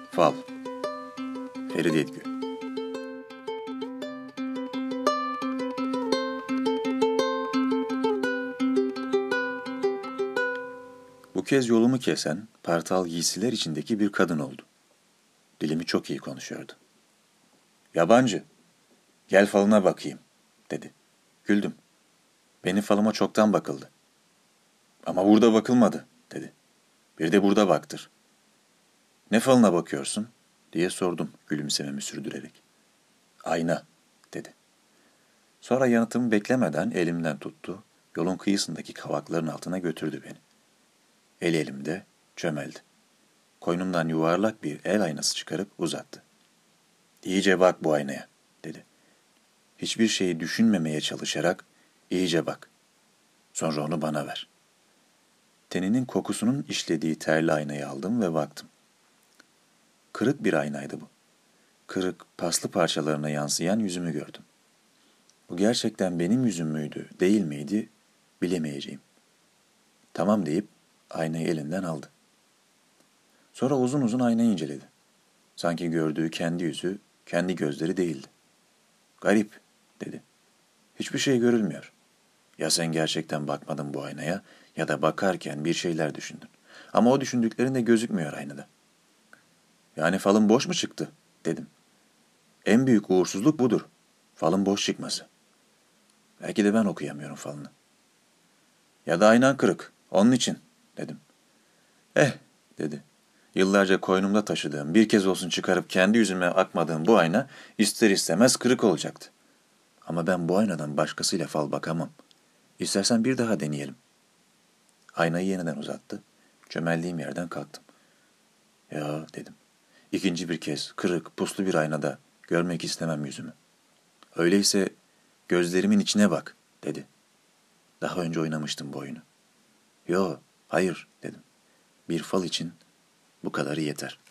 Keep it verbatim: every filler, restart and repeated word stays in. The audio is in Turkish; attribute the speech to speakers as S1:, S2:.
S1: Fal. Feride Edgü. Bu kez yolumu kesen, partal giysiler içindeki bir kadın oldu. Dilimi çok iyi konuşuyordu. "Yabancı, gel falına bakayım," dedi. Güldüm. "Benim falıma çoktan bakıldı." "Ama burada bakılmadı," dedi. "Bir de burada baktır." "Ne falına bakıyorsun?" diye sordum gülümsememi sürdürerek. "Ayna," dedi. Sonra yanıtımı beklemeden elimden tuttu, yolun kıyısındaki kavakların altına götürdü beni. El elimde, çömeldi. Koynundan yuvarlak bir el aynası çıkarıp uzattı. "İyice bak bu aynaya," dedi. Hiçbir şeyi düşünmemeye çalışarak, "İyice bak. Sonra onu bana ver." Teninin kokusunun işlediği terli aynayı aldım ve baktım. Kırık bir aynaydı bu. Kırık, paslı parçalarına yansıyan yüzümü gördüm. Bu gerçekten benim yüzüm müydü, değil miydi, bilemeyeceğim. "Tamam," deyip aynayı elinden aldı. Sonra uzun uzun aynayı inceledi. Sanki gördüğü kendi yüzü, kendi gözleri değildi. "Garip," dedi. "Hiçbir şey görülmüyor. Ya sen gerçekten bakmadın bu aynaya ya da bakarken bir şeyler düşündün. Ama o düşündüklerin de gözükmüyor aynada." "Yani falın boş mu çıktı?" dedim. "En büyük uğursuzluk budur. Falın boş çıkması. Belki de ben okuyamıyorum falını." "Ya da aynan kırık. Onun için," dedim. "Eh," dedi. "Yıllarca koynumda taşıdığım, bir kez olsun çıkarıp kendi yüzüme akmadığım bu ayna ister istemez kırık olacaktı. Ama ben bu aynadan başkasıyla fal bakamam. İstersen bir daha deneyelim." Aynayı yeniden uzattı. Çömeldiğim yerden kalktım. "Ya," dedim. "İkinci bir kez kırık, puslu bir aynada görmek istemem yüzümü." "Öyleyse gözlerimin içine bak," dedi. Daha önce oynamıştım bu oyunu. "Yo, hayır," dedim. "Bir fal için bu kadarı yeter."